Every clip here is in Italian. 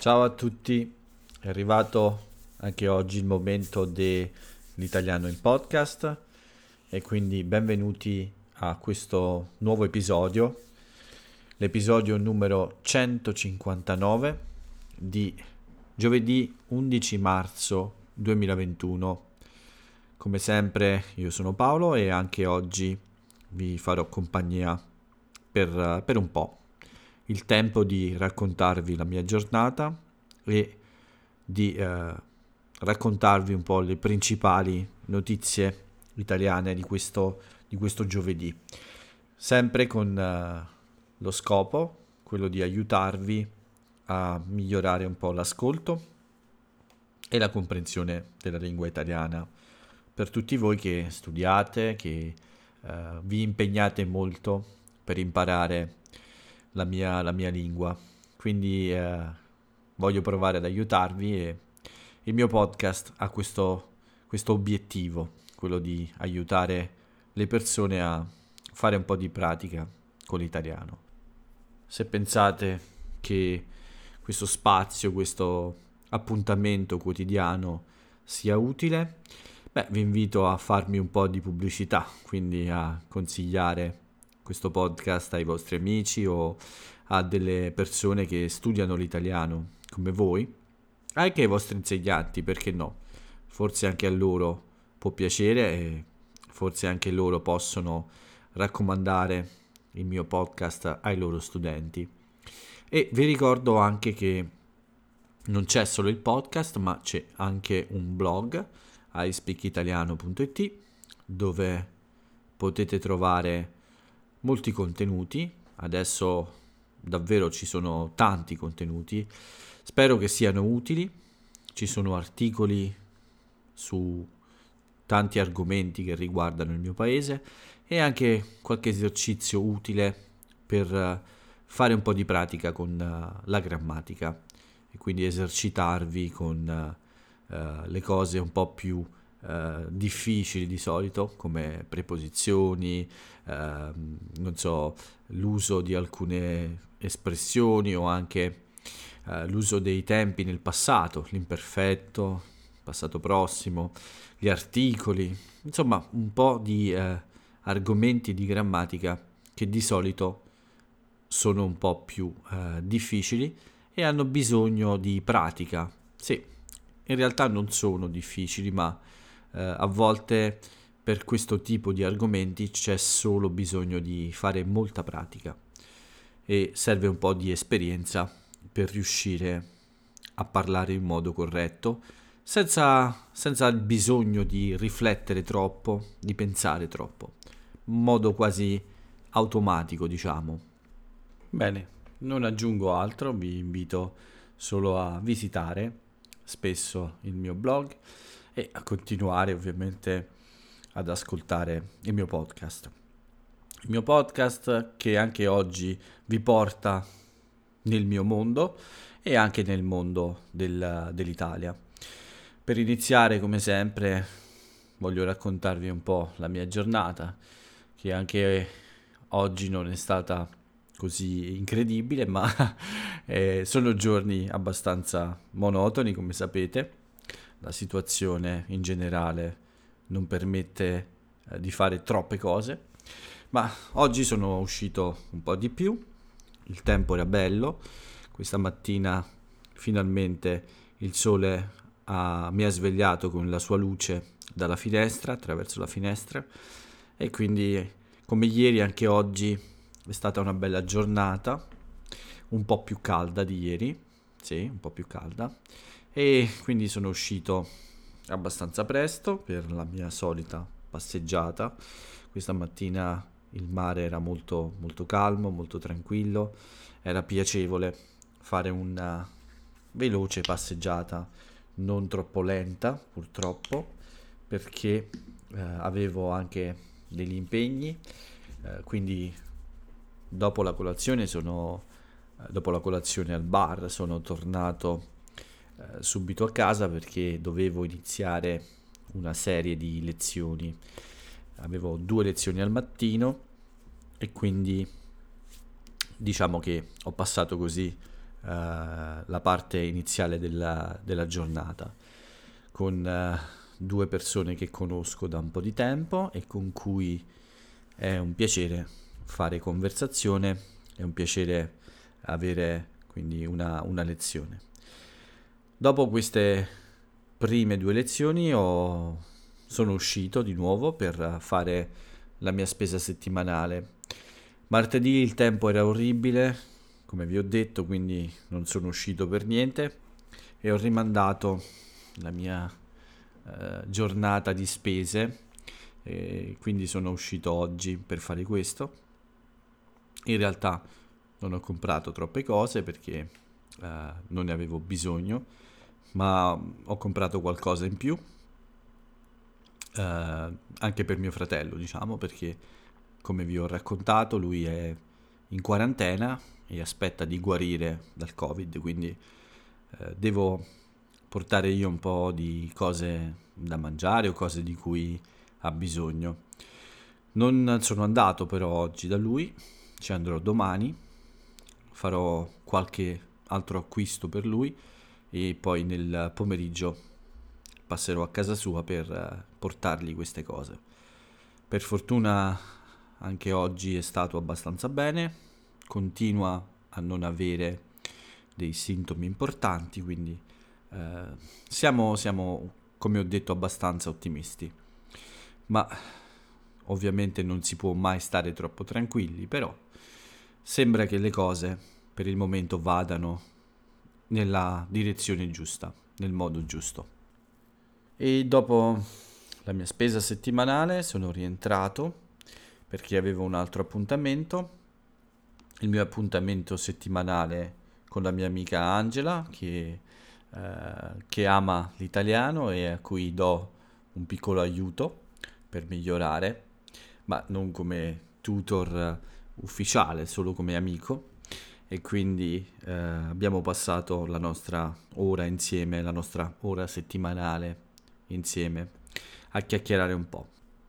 Ciao a tutti, è arrivato anche oggi il momento dell'italiano in podcast e quindi benvenuti a questo nuovo episodio, l'episodio numero 159 di giovedì 11 marzo 2021. Come sempre io sono Paolo e anche oggi vi farò compagnia per un po'. Il tempo di raccontarvi la mia giornata e di raccontarvi un po' le principali notizie italiane di questo giovedì, sempre con lo scopo, quello di aiutarvi a migliorare un po' l'ascolto e la comprensione della lingua italiana per tutti voi che studiate, che vi impegnate molto per imparare la mia lingua. Quindi voglio provare ad aiutarvi e il mio podcast ha questo obiettivo, quello di aiutare le persone a fare un po' di pratica con l'italiano. Se pensate che questo spazio, questo appuntamento quotidiano sia utile, vi invito a farmi un po' di pubblicità, quindi a consigliare questo podcast ai vostri amici o a delle persone che studiano l'italiano come voi, anche ai vostri insegnanti, perché no? Forse anche a loro può piacere e forse anche loro possono raccomandare il mio podcast ai loro studenti. E vi ricordo anche che non c'è solo il podcast, ma c'è anche un blog, ispeakitaliano.it, dove potete trovare molti contenuti. Adesso davvero ci sono tanti contenuti, spero che siano utili. Ci sono articoli su tanti argomenti che riguardano il mio paese e anche qualche esercizio utile per fare un po' di pratica con la grammatica e quindi esercitarvi con le cose un po' più difficili di solito, come preposizioni, non so, l'uso di alcune espressioni o anche l'uso dei tempi nel passato, l'imperfetto, passato prossimo, gli articoli, insomma un po' di argomenti di grammatica che di solito sono un po' più difficili e hanno bisogno di pratica. Sì, in realtà non sono difficili, ma a volte per questo tipo di argomenti c'è solo bisogno di fare molta pratica e serve un po' di esperienza per riuscire a parlare in modo corretto, senza il bisogno di riflettere troppo, di pensare troppo, in modo quasi automatico, diciamo. Bene, non aggiungo altro, vi invito solo a visitare spesso il mio blog e a continuare ovviamente ad ascoltare il mio podcast. Il mio podcast che anche oggi vi porta nel mio mondo e anche nel mondo dell'Italia. Per iniziare, come sempre, voglio raccontarvi un po' la mia giornata, che anche oggi non è stata così incredibile, ma sono giorni abbastanza monotoni, come sapete. La situazione in generale non permette di fare troppe cose, ma oggi sono uscito un po' di più, il tempo era bello, questa mattina finalmente il sole mi ha svegliato con la sua luce dalla finestra, attraverso la finestra, e quindi come ieri anche oggi è stata una bella giornata, un po' più calda di ieri, sì, un po' più calda, e quindi sono uscito abbastanza presto per la mia solita passeggiata. Questa mattina il mare era molto, molto calmo, molto tranquillo, era piacevole fare una veloce passeggiata, non troppo lenta purtroppo, perché avevo anche degli impegni, quindi dopo la colazione al bar sono tornato subito a casa perché dovevo iniziare una serie di lezioni. Avevo 2 lezioni al mattino e quindi diciamo che ho passato così la parte iniziale della giornata con due persone che conosco da un po' di tempo e con cui è un piacere fare conversazione, è un piacere avere quindi una lezione. Dopo queste prime due lezioni sono uscito di nuovo per fare la mia spesa settimanale. Martedì il tempo era orribile, come vi ho detto, quindi non sono uscito per niente e ho rimandato la mia giornata di spese, e quindi sono uscito oggi per fare questo. In realtà non ho comprato troppe cose perché non ne avevo bisogno, ma ho comprato qualcosa in più, anche per mio fratello, diciamo, perché come vi ho raccontato lui è in quarantena e aspetta di guarire dal Covid, quindi devo portare io un po' di cose da mangiare o cose di cui ha bisogno. Non sono andato però oggi da lui, ci andrò domani, farò qualche altro acquisto per lui e poi nel pomeriggio passerò a casa sua per portargli queste cose. Per fortuna anche oggi è stato abbastanza bene, continua a non avere dei sintomi importanti, quindi siamo, come ho detto, abbastanza ottimisti. Ma ovviamente non si può mai stare troppo tranquilli, però sembra che le cose per il momento vadano nella direzione giusta, nel modo giusto. E dopo la mia spesa settimanale sono rientrato perché avevo un altro appuntamento, il mio appuntamento settimanale con la mia amica Angela che ama l'italiano e a cui do un piccolo aiuto per migliorare, ma non come tutor ufficiale, solo come amico. E quindi abbiamo passato la nostra ora insieme, la nostra ora settimanale insieme a chiacchierare un po'.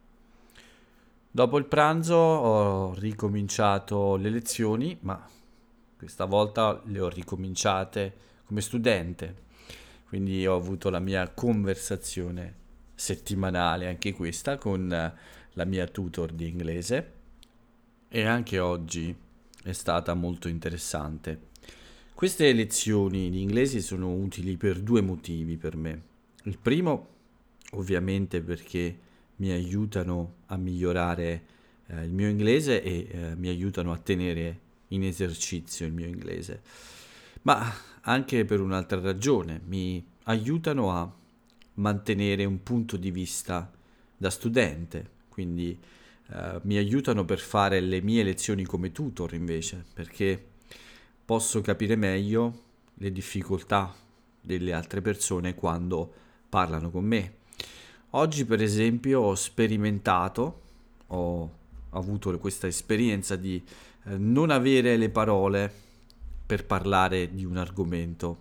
Dopo il pranzo ho ricominciato le lezioni, ma questa volta le ho ricominciate come studente, quindi ho avuto la mia conversazione settimanale, anche questa, con la mia tutor di inglese e anche oggi è stata molto interessante. Queste lezioni di inglese sono utili per due motivi per me. Il primo, ovviamente, perché mi aiutano a migliorare il mio inglese e mi aiutano a tenere in esercizio il mio inglese, ma anche per un'altra ragione, mi aiutano a mantenere un punto di vista da studente, quindi mi aiutano per fare le mie lezioni come tutor invece, perché posso capire meglio le difficoltà delle altre persone quando parlano con me. Oggi per esempio ho sperimentato, ho avuto questa esperienza di non avere le parole per parlare di un argomento,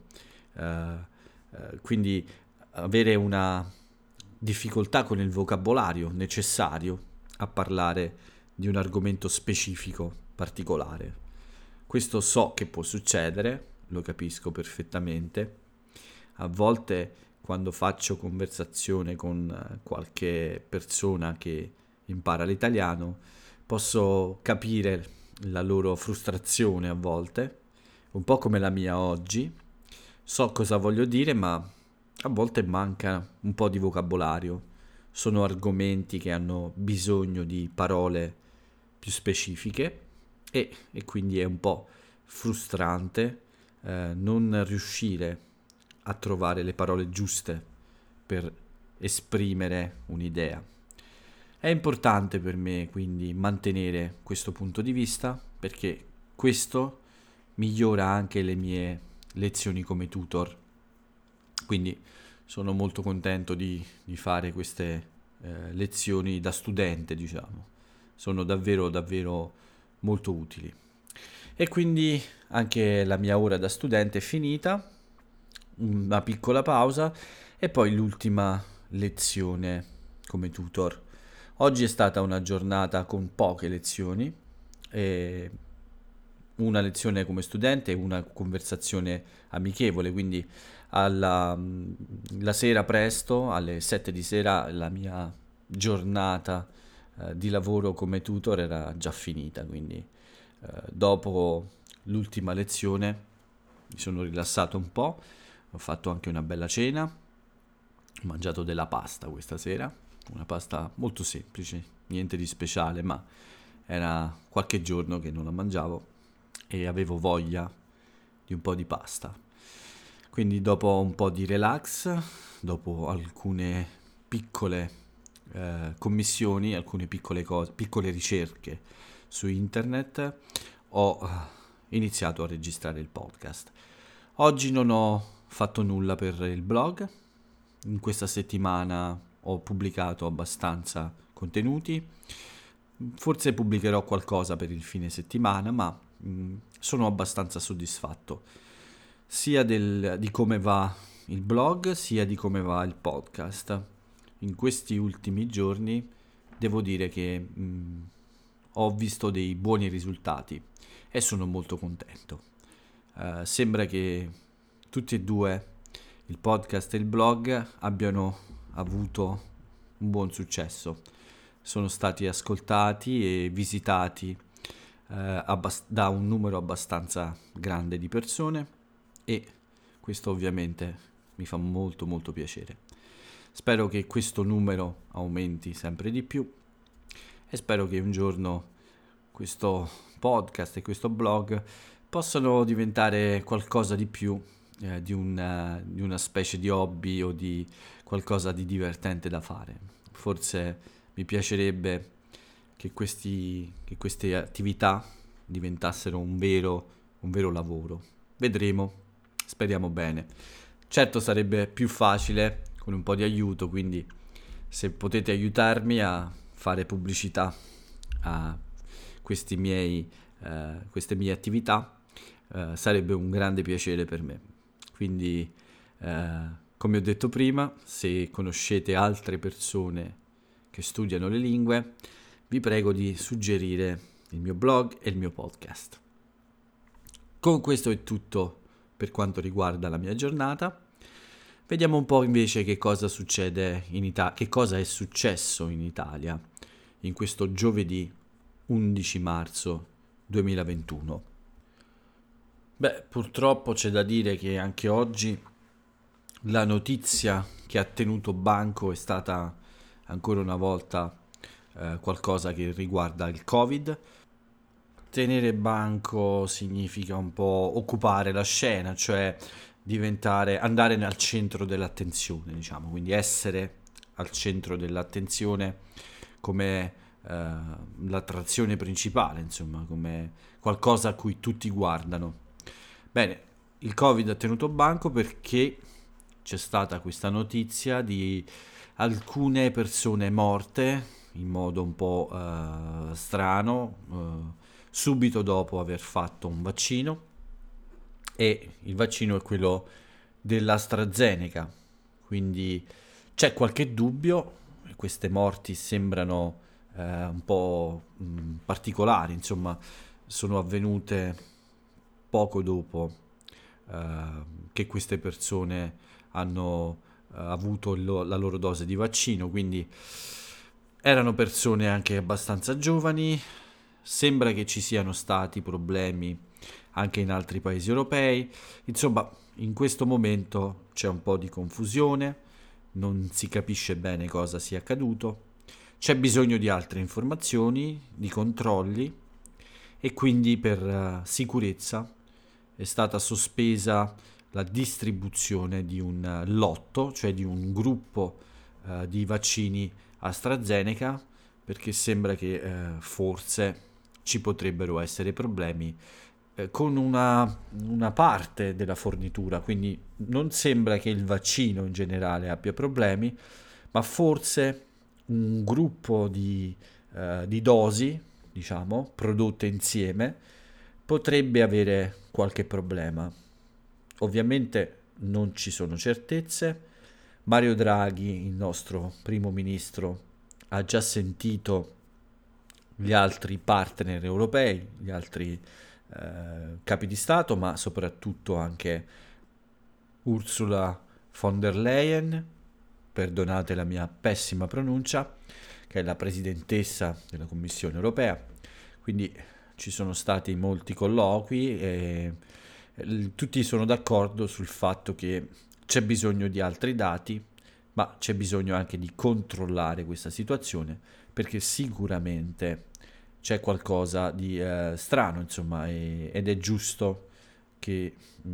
quindi avere una difficoltà con il vocabolario necessario a parlare di un argomento specifico, particolare. Questo so che può succedere, lo capisco perfettamente. A volte quando faccio conversazione con qualche persona che impara l'italiano, posso capire la loro frustrazione a volte, un po' come la mia oggi. So cosa voglio dire, ma a volte manca un po' di vocabolario. Sono argomenti che hanno bisogno di parole più specifiche e quindi è un po' frustrante non riuscire a trovare le parole giuste per esprimere un'idea. È importante per me quindi mantenere questo punto di vista perché questo migliora anche le mie lezioni come tutor. Quindi sono molto contento di fare queste lezioni da studente, diciamo. Sono davvero davvero molto utili. E quindi anche la mia ora da studente è finita, una piccola pausa e poi l'ultima lezione come tutor. Oggi è stata una giornata con poche lezioni e una lezione come studente e una conversazione amichevole, quindi la sera presto, alle 7 di sera, la mia giornata di lavoro come tutor era già finita, quindi dopo l'ultima lezione mi sono rilassato un po', ho fatto anche una bella cena, ho mangiato della pasta questa sera, una pasta molto semplice, niente di speciale, ma era qualche giorno che non la mangiavo e avevo voglia di un po' di pasta. Quindi dopo un po' di relax, dopo alcune piccole commissioni, alcune piccole cose, piccole ricerche su internet, ho iniziato a registrare il podcast. Oggi non ho fatto nulla per il blog, in questa settimana ho pubblicato abbastanza contenuti, forse pubblicherò qualcosa per il fine settimana, ma sono abbastanza soddisfatto sia di come va il blog, sia di come va il podcast. In questi ultimi giorni devo dire che ho visto dei buoni risultati e sono molto contento. Sembra che tutti e due, il podcast e il blog, abbiano avuto un buon successo. Sono stati ascoltati e visitati da un numero abbastanza grande di persone e questo ovviamente mi fa molto molto piacere. Spero che questo numero aumenti sempre di più e spero che un giorno questo podcast e questo blog possano diventare qualcosa di più di una specie di hobby o di qualcosa di divertente da fare. Forse mi piacerebbe che queste attività diventassero un vero lavoro. Vedremo, speriamo bene. Certo sarebbe più facile con un po' di aiuto, quindi se potete aiutarmi a fare pubblicità a queste mie attività, sarebbe un grande piacere per me. Quindi, come ho detto prima, se conoscete altre persone che studiano le lingue, vi prego di suggerire il mio blog e il mio podcast. Con questo è tutto per quanto riguarda la mia giornata. Vediamo un po' invece che cosa succede che cosa è successo in Italia in questo giovedì 11 marzo 2021. Purtroppo c'è da dire che anche oggi la notizia che ha tenuto banco è stata ancora una volta qualcosa che riguarda il Covid. Tenere banco significa un po' occupare la scena, cioè andare al centro dell'attenzione, diciamo, quindi essere al centro dell'attenzione come l'attrazione principale, insomma, come qualcosa a cui tutti guardano. Bene, il Covid ha tenuto banco perché c'è stata questa notizia di alcune persone morte in modo un po' strano, subito dopo aver fatto un vaccino, e il vaccino è quello dell'AstraZeneca, quindi c'è qualche dubbio, queste morti sembrano un po' particolari, insomma, sono avvenute poco dopo che queste persone hanno avuto la loro dose di vaccino, quindi erano persone anche abbastanza giovani. Sembra che ci siano stati problemi anche in altri paesi europei. Insomma, in questo momento c'è un po' di confusione, non si capisce bene cosa sia accaduto, c'è bisogno di altre informazioni, di controlli, e quindi per sicurezza è stata sospesa la distribuzione di un lotto, cioè di un gruppo di vaccini AstraZeneca, perché sembra che forse ci potrebbero essere problemi con una parte della fornitura, quindi non sembra che il vaccino in generale abbia problemi, ma forse un gruppo di dosi, diciamo, prodotte insieme, potrebbe avere qualche problema. Ovviamente non ci sono certezze. Mario Draghi, il nostro primo ministro, ha già sentito gli altri partner europei, gli altri capi di Stato, ma soprattutto anche Ursula von der Leyen, perdonate la mia pessima pronuncia, che è la presidentessa della Commissione europea. Quindi ci sono stati molti colloqui e tutti sono d'accordo sul fatto che c'è bisogno di altri dati, ma c'è bisogno anche di controllare questa situazione, perché sicuramente c'è qualcosa di strano, insomma, ed è giusto che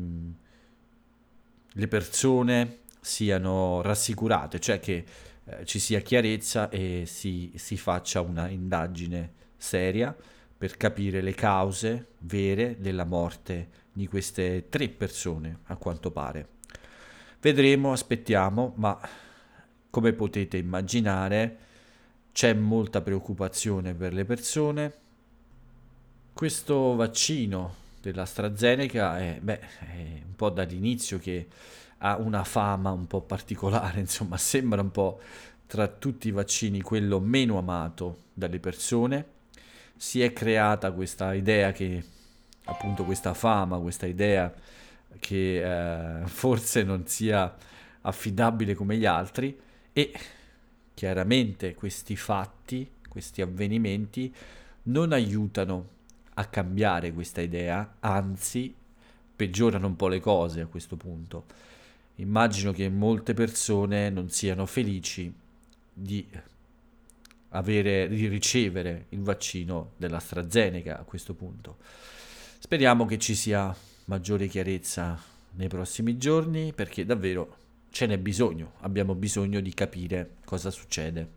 le persone siano rassicurate, cioè che ci sia chiarezza e si faccia una indagine seria per capire le cause vere della morte di queste 3 persone, a quanto pare. Vedremo, aspettiamo, ma come potete immaginare c'è molta preoccupazione per le persone. Questo vaccino dell'AstraZeneca è un po' dall'inizio che ha una fama un po' particolare, insomma, sembra un po' tra tutti i vaccini quello meno amato dalle persone. Si è creata questa idea che, appunto, questa fama, questa idea che forse non sia affidabile come gli altri, e chiaramente questi fatti, questi avvenimenti non aiutano a cambiare questa idea, anzi peggiorano un po' le cose a questo punto. Immagino che molte persone non siano felici di di ricevere il vaccino dell'AstraZeneca a questo punto. Speriamo che ci sia maggiore chiarezza nei prossimi giorni, perché davvero ce n'è bisogno, abbiamo bisogno di capire cosa succede.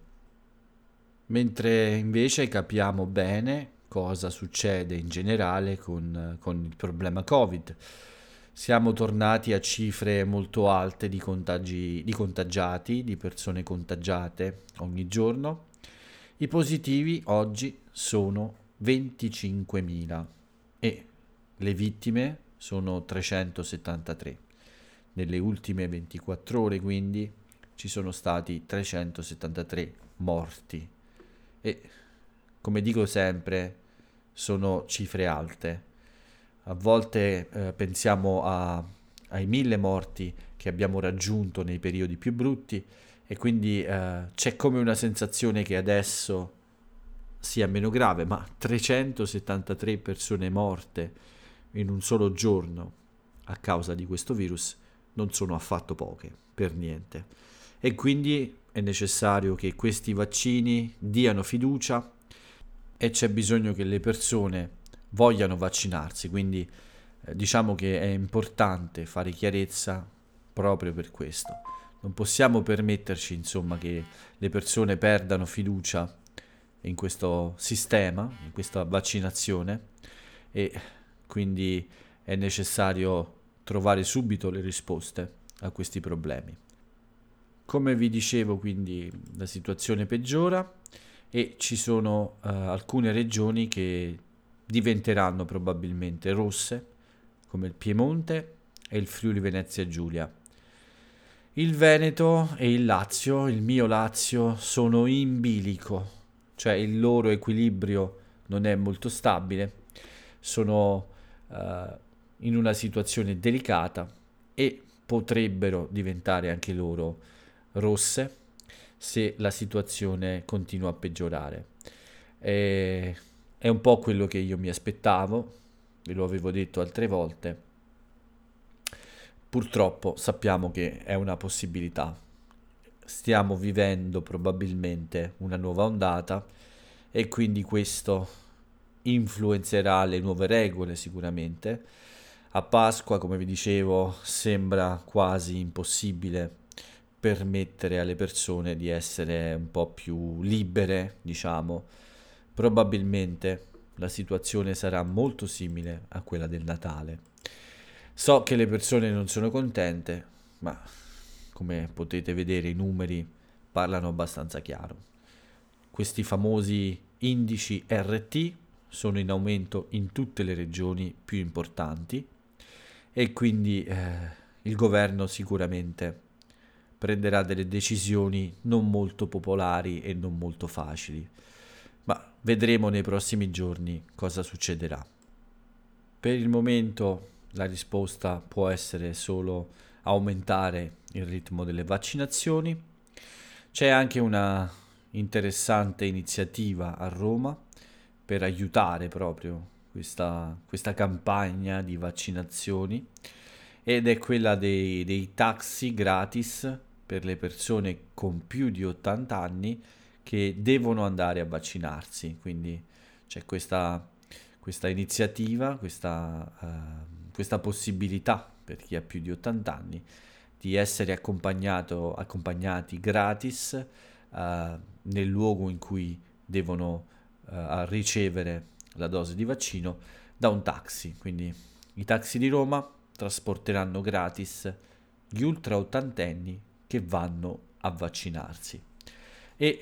Mentre invece capiamo bene cosa succede in generale con il problema Covid. Siamo tornati a cifre molto alte di contagiati, di persone contagiate ogni giorno. I positivi oggi sono 25.000 e le vittime sono 373. Nelle ultime 24 ore quindi ci sono stati 373 morti e, come dico sempre, sono cifre alte. A volte pensiamo ai 1.000 morti che abbiamo raggiunto nei periodi più brutti, e quindi c'è come una sensazione che adesso sia meno grave, ma 373 persone morte in un solo giorno a causa di questo virus non sono affatto poche, per niente. E quindi è necessario che questi vaccini diano fiducia e c'è bisogno che le persone vogliano vaccinarsi, quindi diciamo che è importante fare chiarezza proprio per questo. Non possiamo permetterci, insomma, che le persone perdano fiducia in questo sistema, in questa vaccinazione, e quindi è necessario trovare subito le risposte a questi problemi. Come vi dicevo, quindi la situazione peggiora e ci sono alcune regioni che diventeranno probabilmente rosse, come il Piemonte e il Friuli Venezia Giulia. Il Veneto e il Lazio, il mio Lazio, sono in bilico, cioè il loro equilibrio non è molto stabile, sono in una situazione delicata e potrebbero diventare anche loro rosse se la situazione continua a peggiorare. È un po' quello che io mi aspettavo, ve lo avevo detto altre volte. Purtroppo sappiamo che è una possibilità. Stiamo vivendo probabilmente una nuova ondata e quindi questo influenzerà le nuove regole sicuramente. A Pasqua, come vi dicevo, sembra quasi impossibile permettere alle persone di essere un po' più libere, diciamo. Probabilmente la situazione sarà molto simile a quella del Natale. So che le persone non sono contente, ma come potete vedere i numeri parlano abbastanza chiaro. Questi famosi indici RT sono in aumento in tutte le regioni più importanti e quindi il governo sicuramente prenderà delle decisioni non molto popolari e non molto facili, ma vedremo nei prossimi giorni cosa succederà. Per il momento la risposta può essere solo aumentare il ritmo delle vaccinazioni. C'è anche una interessante iniziativa a Roma per aiutare proprio questa campagna di vaccinazioni, ed è quella dei taxi gratis per le persone con più di 80 anni che devono andare a vaccinarsi. Quindi c'è questa iniziativa, questa possibilità per chi ha più di 80 anni di essere accompagnati gratis nel luogo in cui devono ricevere la dose di vaccino da un taxi. Quindi i taxi di Roma trasporteranno gratis gli ultra ottantenni che vanno a vaccinarsi. E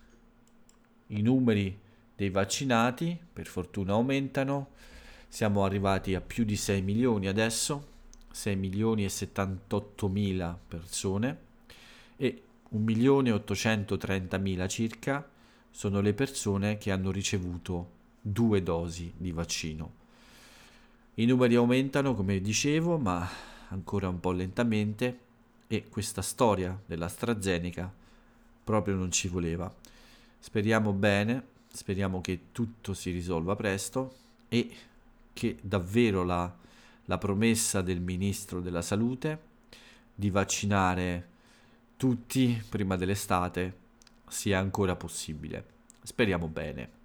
i numeri dei vaccinati per fortuna aumentano, siamo arrivati a più di 6 milioni adesso, 6 milioni e 78 mila persone, e 1 milione e 830 mila circa sono le persone che hanno ricevuto 2 dosi di vaccino. I numeri aumentano, come dicevo, ma ancora un po' lentamente, e questa storia dell'AstraZeneca proprio non ci voleva. Speriamo bene, speriamo che tutto si risolva presto e che davvero la promessa del Ministro della Salute di vaccinare tutti prima dell'estate sia ancora possibile. Speriamo bene.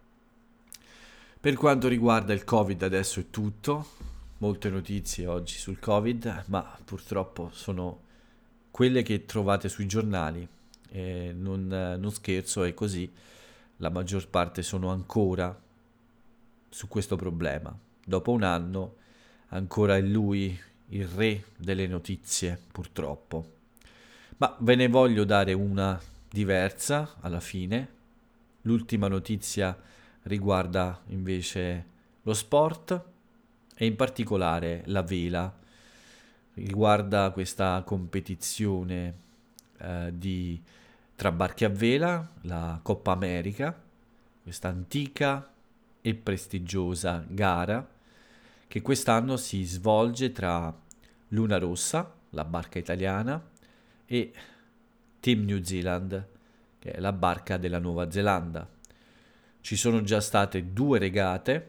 Per quanto riguarda il Covid adesso è tutto, molte notizie oggi sul Covid, ma purtroppo sono quelle che trovate sui giornali. Non scherzo, è così, la maggior parte sono ancora su questo problema. Dopo un anno ancora è lui il re delle notizie, purtroppo. Ma ve ne voglio dare una diversa alla fine. L'ultima notizia riguarda invece lo sport e in particolare la vela. Riguarda questa competizione tra barche a vela, la Coppa America, questa antica e prestigiosa gara che quest'anno si svolge tra Luna Rossa, la barca italiana, e Team New Zealand, che è la barca della Nuova Zelanda. Ci sono già state 2 regate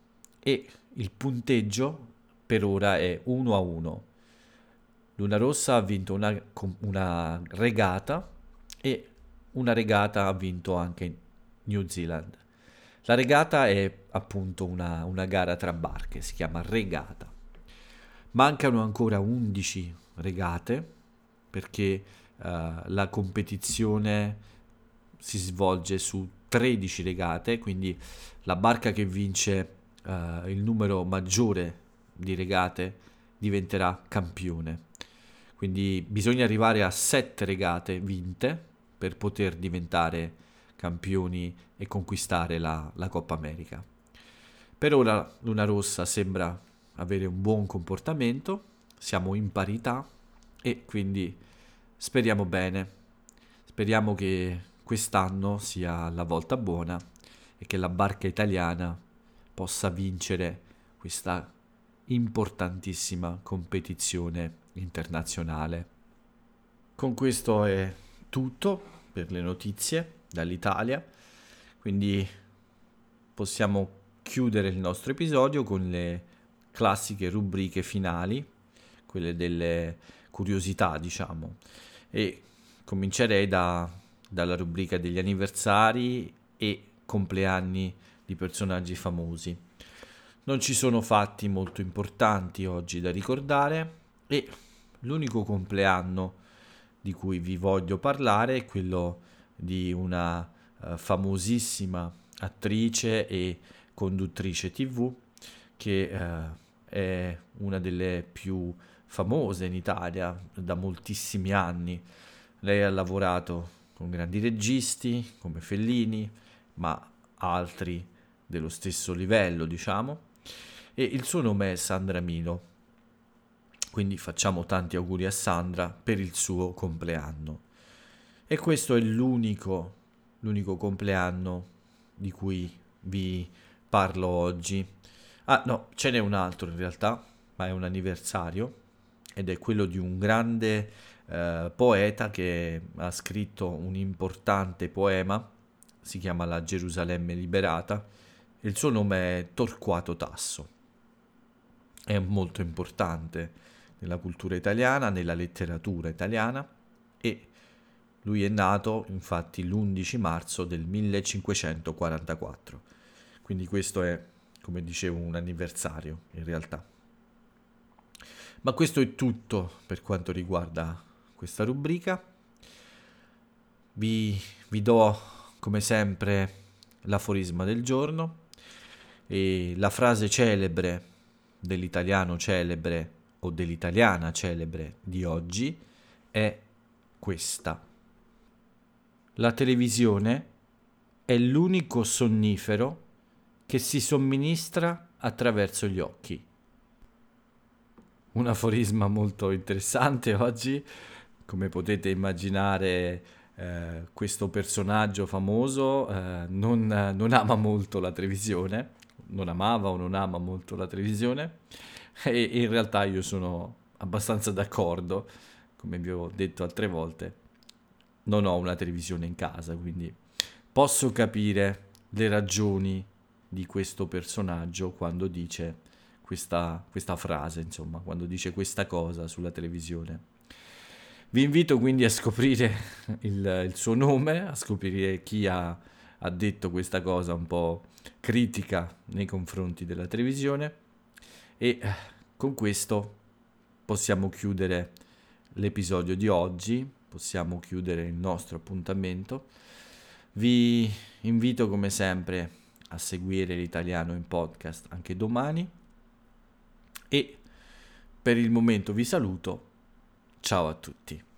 e il punteggio per ora è 1-1. Luna Rossa ha vinto una regata e una regata ha vinto anche New Zealand. La regata è appunto una gara tra barche, si chiama regata. Mancano ancora 11 regate perché la competizione si svolge su 13 regate, quindi la barca che vince il numero maggiore di regate diventerà campione. Quindi bisogna arrivare a 7 regate vinte per poter diventare campioni e conquistare la Coppa America. Per ora Luna Rossa sembra avere un buon comportamento, siamo in parità e quindi speriamo bene. Speriamo che quest'anno sia la volta buona e che la barca italiana possa vincere questa importantissima competizione internazionale. Con questo è tutto per le notizie dall'Italia, quindi possiamo chiudere il nostro episodio con le classiche rubriche finali, quelle delle curiosità, diciamo, e comincerei dalla rubrica degli anniversari e compleanni di personaggi famosi. Non ci sono fatti molto importanti oggi da ricordare e l'unico compleanno di cui vi voglio parlare è quello di una famosissima attrice e conduttrice TV che è una delle più famose in Italia da moltissimi anni. Lei ha lavorato con grandi registi come Fellini, ma altri dello stesso livello, diciamo, e il suo nome è Sandra Milo. Quindi facciamo tanti auguri a Sandra per il suo compleanno. E questo è l'unico compleanno di cui vi parlo oggi. Ah no, ce n'è un altro in realtà, ma è un anniversario ed è quello di un grande poeta che ha scritto un importante poema, si chiama La Gerusalemme liberata, e il suo nome è Torquato Tasso. È molto importante nella cultura italiana, nella letteratura italiana e lui è nato infatti l'11 marzo del 1544. Quindi questo è, come dicevo, un anniversario in realtà. Ma questo è tutto per quanto riguarda questa rubrica. Vi do come sempre l'aforisma del giorno e la frase celebre dell'italiano celebre o dell'italiana celebre di oggi è questa. La televisione è l'unico sonnifero che si somministra attraverso gli occhi. Un aforisma molto interessante oggi, come potete immaginare. Questo personaggio famoso non ama molto la televisione, non amava o non ama molto la televisione e in realtà io sono abbastanza d'accordo, come vi ho detto altre volte, non ho una televisione in casa, quindi posso capire le ragioni di questo personaggio quando dice questa frase, insomma, quando dice questa cosa sulla televisione. Vi invito quindi a scoprire il suo nome, a scoprire chi ha detto questa cosa un po' critica nei confronti della televisione e con questo possiamo chiudere l'episodio di oggi, possiamo chiudere il nostro appuntamento. Vi invito come sempre a seguire l'italiano in podcast anche domani e per il momento vi saluto. Ciao a tutti.